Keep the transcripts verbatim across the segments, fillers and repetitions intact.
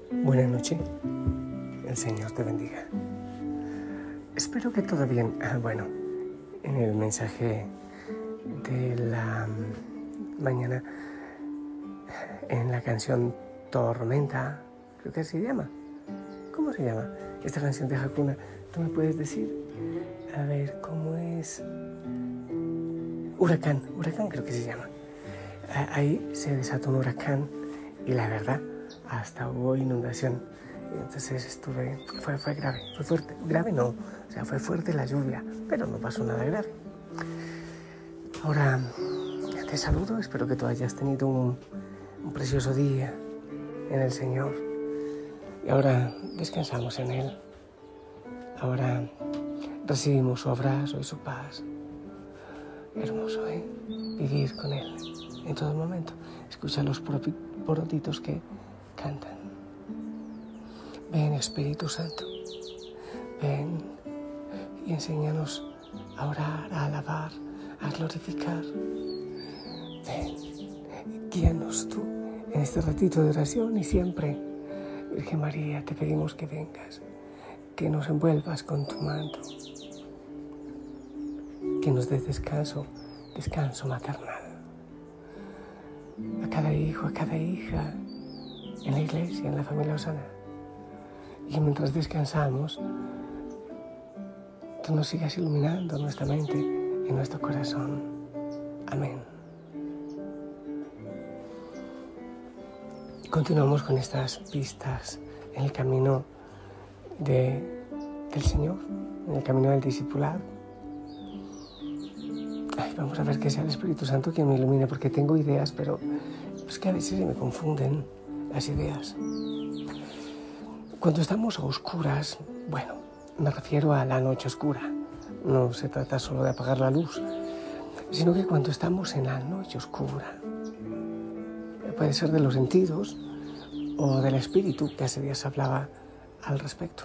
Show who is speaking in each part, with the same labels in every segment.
Speaker 1: Buenas noches, el Señor te bendiga. Espero que todo bien. Ah, bueno, en el mensaje de la mañana, en la canción Tormenta, creo que así se llama. ¿Cómo se llama? Esta canción de Hakuna, ¿tú me puedes decir? A ver, ¿cómo es? Huracán, huracán creo que se llama. Ahí se desató un huracán y la verdad, hasta hubo inundación. Entonces estuve, fue, fue grave, fue fuerte, grave no, o sea, fue fuerte la lluvia, pero no pasó nada grave. Ahora te saludo, espero que tú hayas tenido un, un precioso día en el Señor. Y ahora descansamos en Él. Ahora recibimos su abrazo y su paz. Hermoso, ¿eh? Vivir con Él en todo momento. Escucha los porotitos que cantan. Ven, Espíritu Santo, ven y enséñanos a orar, a alabar, a glorificar. Ven, guíanos tú en este ratito de oración y siempre, Virgen María, te pedimos que vengas, que nos envuelvas con tu manto, que nos des descanso, descanso maternal. A cada hijo, a cada hija, en la iglesia, en la familia Osana. Y mientras descansamos, tú nos sigas iluminando nuestra mente y nuestro corazón. Amén. Continuamos con estas pistas en el camino de, del Señor, en el camino del discipulado. Ay, vamos a ver que sea el Espíritu Santo quien me ilumine, porque tengo ideas, pero es que a veces se me confunden las ideas. Cuando estamos a oscuras, bueno, me refiero a la noche oscura, no se trata solo de apagar la luz, sino que cuando estamos en la noche oscura, puede ser de los sentidos o del espíritu, que hace días hablaba al respecto.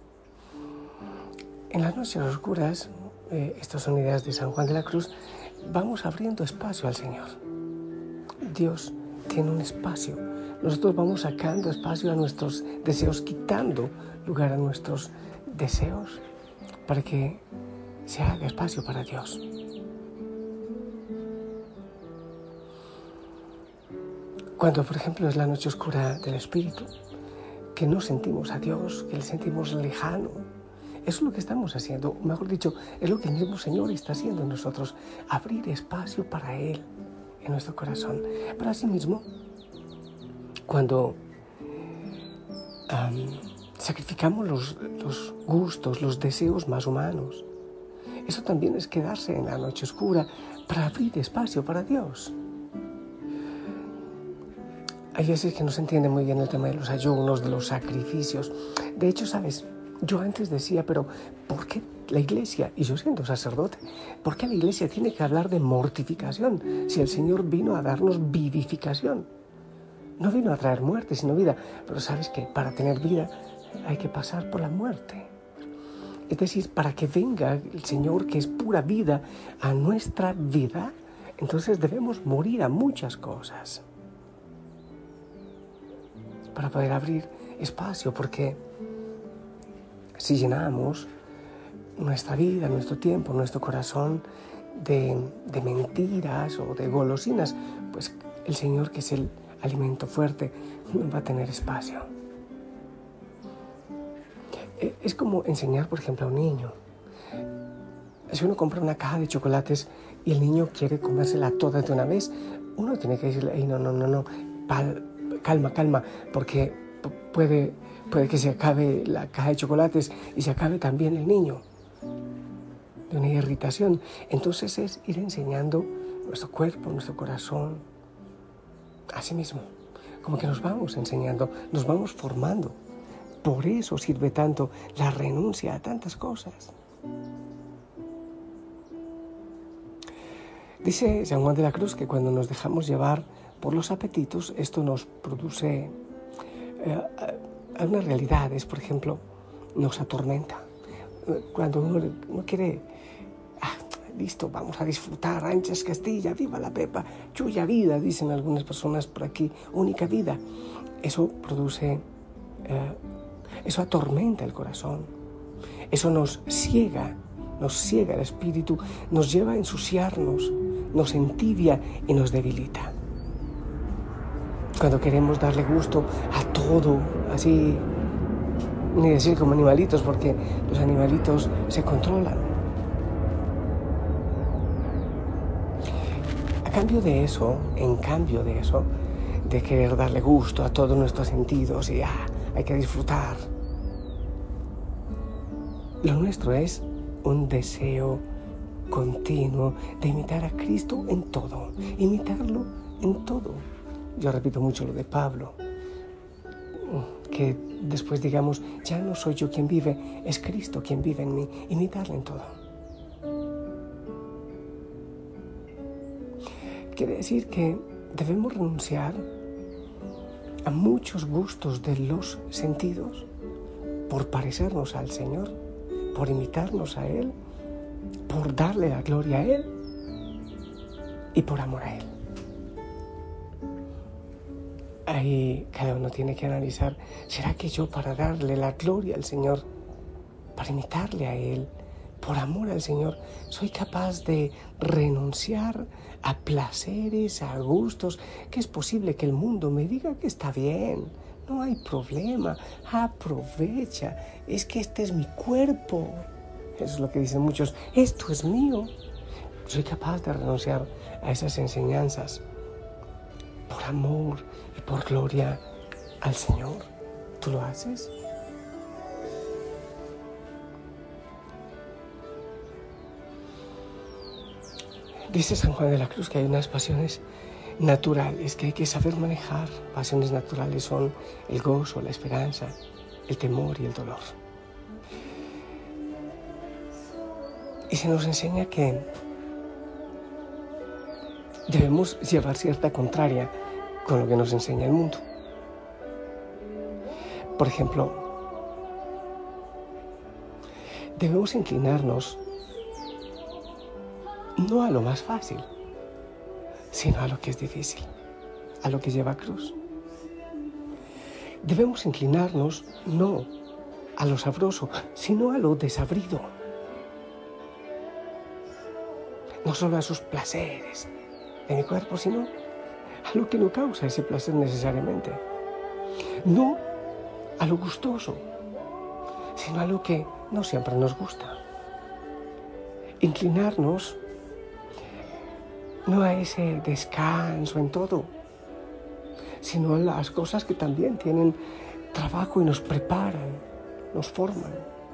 Speaker 1: En las noches oscuras, eh, estas son ideas de San Juan de la Cruz, vamos abriendo espacio al Señor. Dios tiene un espacio. Nosotros vamos sacando espacio a nuestros deseos, quitando lugar a nuestros deseos para que se haga espacio para Dios. Cuando, por ejemplo, es la noche oscura del Espíritu, que no sentimos a Dios, que le sentimos lejano, eso es lo que estamos haciendo, mejor dicho, es lo que el mismo Señor está haciendo en nosotros, abrir espacio para Él en nuestro corazón. Pero asimismo, cuando um, sacrificamos los, los gustos, los deseos más humanos, eso también es quedarse en la noche oscura para abrir espacio para Dios. Hay veces que no se entiende muy bien el tema de los ayunos, de los sacrificios. De hecho, ¿sabes? Yo antes decía, pero ¿por qué la iglesia, y yo siendo sacerdote, por qué la iglesia tiene que hablar de mortificación si el Señor vino a darnos vivificación? No vino a traer muerte, sino vida. Pero ¿sabes qué? Para tener vida hay que pasar por la muerte. Es decir, para que venga el Señor, que es pura vida, a nuestra vida, entonces debemos morir a muchas cosas para poder abrir espacio, porque si llenamos nuestra vida, nuestro tiempo, nuestro corazón de, de mentiras o de golosinas, pues el Señor, que es el alimento fuerte, no va a tener espacio. Es como enseñar, por ejemplo, a un niño. Si uno compra una caja de chocolates y el niño quiere comérsela toda de una vez, uno tiene que decirle, no, no, no, no, pal, calma, calma, porque puede, puede que se acabe la caja de chocolates y se acabe también el niño de una irritación. Entonces es ir enseñando nuestro cuerpo, nuestro corazón, a sí mismo, como que nos vamos enseñando, nos vamos formando. Por eso sirve tanto la renuncia a tantas cosas. Dice San Juan de la Cruz que cuando nos dejamos llevar por los apetitos, esto nos produce eh, algunas realidades, por ejemplo, nos atormenta. Cuando uno, uno quiere, ah, listo, vamos a disfrutar, anchas Castilla, viva la Pepa, chulla vida, dicen algunas personas por aquí, única vida. Eso produce eh, eso atormenta el corazón, eso nos ciega, nos ciega el espíritu, nos lleva a ensuciarnos, nos entibia y nos debilita. Cuando queremos darle gusto a todo, así, ni decir como animalitos, porque los animalitos se controlan. A cambio de eso, en cambio de eso, de querer darle gusto a todos nuestros sentidos y ah, hay que disfrutar, lo nuestro es un deseo continuo de imitar a Cristo en todo, imitarlo en todo. Yo repito mucho lo de Pablo, que después digamos, ya no soy yo quien vive, es Cristo quien vive en mí, imitarle en todo. Quiere decir que debemos renunciar a muchos gustos de los sentidos por parecernos al Señor, por imitarnos a Él, por darle la gloria a Él y por amor a Él. Ahí cada uno tiene que analizar, ¿será que yo para darle la gloria al Señor, para imitarle a Él, por amor al Señor, soy capaz de renunciar a placeres, a gustos, que es posible que el mundo me diga que está bien, no hay problema, aprovecha, es que este es mi cuerpo? Eso es lo que dicen muchos, esto es mío. Soy capaz de renunciar a esas enseñanzas por amor y por gloria al Señor. ¿Tú lo haces? Dice San Juan de la Cruz que hay unas pasiones naturales que hay que saber manejar. Pasiones naturales son el gozo, la esperanza, el temor y el dolor. Y se nos enseña que debemos llevar cierta contraria con lo que nos enseña el mundo. Por ejemplo, debemos inclinarnos no a lo más fácil, sino a lo que es difícil, a lo que lleva cruz. Debemos inclinarnos no a lo sabroso, sino a lo desabrido. No solo a sus placeres de mi cuerpo, sino a lo que no causa ese placer necesariamente. No a lo gustoso, sino a lo que no siempre nos gusta. Inclinarnos no a ese descanso en todo, sino a las cosas que también tienen trabajo y nos preparan, nos forman.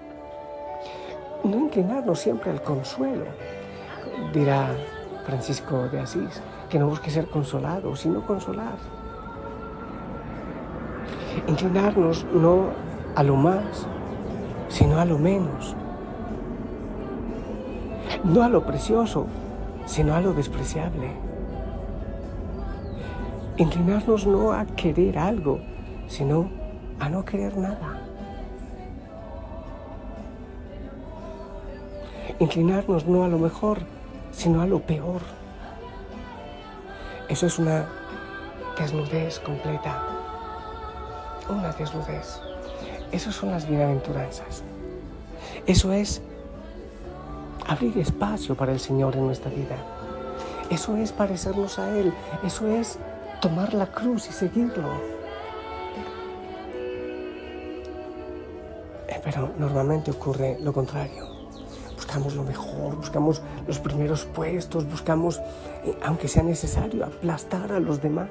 Speaker 1: No inclinarnos siempre al consuelo. Dirá Francisco de Asís, que no busque ser consolado, sino consolar. Inclinarnos no a lo más, sino a lo menos. No a lo precioso, sino a lo despreciable. Inclinarnos no a querer algo, sino a no querer nada. Inclinarnos no a lo mejor, sino a lo peor. Eso es una desnudez completa, una desnudez. Esas son las bienaventuranzas. Eso es abrir espacio para el Señor en nuestra vida. Eso es parecernos a Él. Eso es tomar la cruz y seguirlo. Pero normalmente ocurre lo contrario. Buscamos lo mejor, buscamos los primeros puestos, buscamos, eh, aunque sea necesario, aplastar a los demás.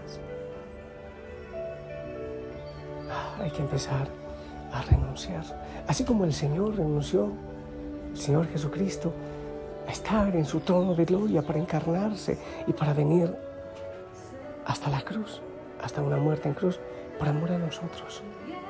Speaker 1: Ah, hay que empezar a renunciar. Así como el Señor renunció, el Señor Jesucristo, a estar en su trono de gloria para encarnarse y para venir hasta la cruz, hasta una muerte en cruz, por amor a nosotros.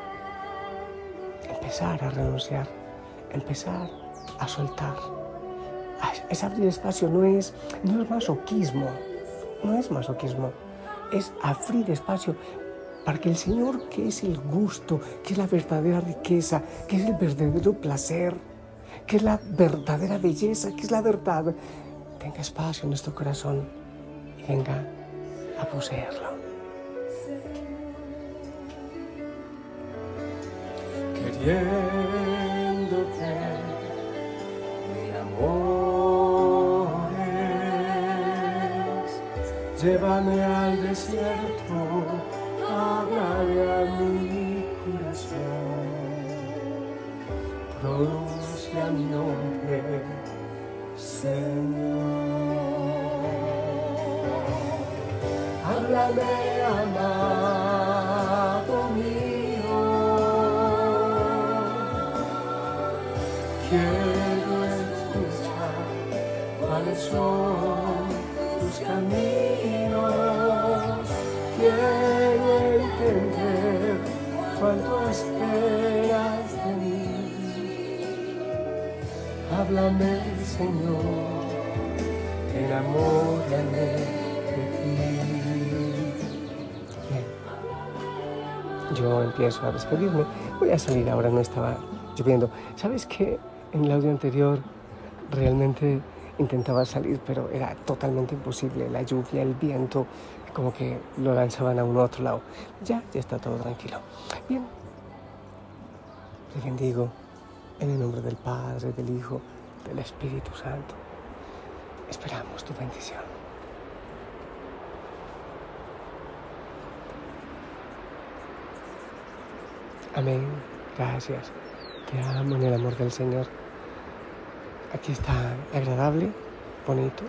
Speaker 1: Empezar a renunciar, empezar a soltar. Es abrir espacio, no es, no es masoquismo, no es masoquismo, es abrir espacio para que el Señor, que es el gusto, que es la verdadera riqueza, que es el verdadero placer, que es la verdadera belleza, que es la verdad, tenga espacio en nuestro corazón y venga a poseerlo. pidiéndote mil amores. Llévame al desierto, háblale a mi corazón, pronuncia mi nombre, Señor. Háblame, amado mío, quiero escuchar cuáles son tus caminos, quiero entender cuánto esperas de mí. Háblame, Señor, enamórame de ti. Bien, yo empiezo a despedirme. Voy a salir ahora, no estaba lloviendo. ¿Sabes qué? En el audio anterior realmente intentaba salir, pero era totalmente imposible. La lluvia, el viento, como que lo lanzaban a un otro lado. Ya, ya está todo tranquilo. Bien, te bendigo en el nombre del Padre, del Hijo, del Espíritu Santo. Esperamos tu bendición. Amén. Gracias. Te amo en el amor del Señor. Aquí está agradable, bonito.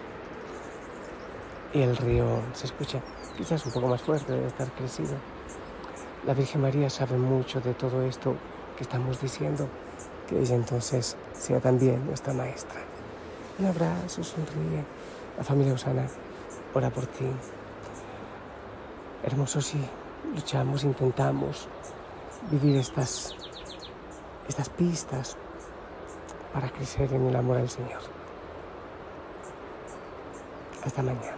Speaker 1: Y el río se escucha quizás un poco más fuerte, debe estar crecido. La Virgen María sabe mucho de todo esto que estamos diciendo. Que ella entonces sea también nuestra maestra. Un abrazo, sonríe. La familia Osana ora por ti. Hermoso, sí, luchamos, intentamos vivir estas, estas pistas para crecer en el amor al Señor. Hasta mañana.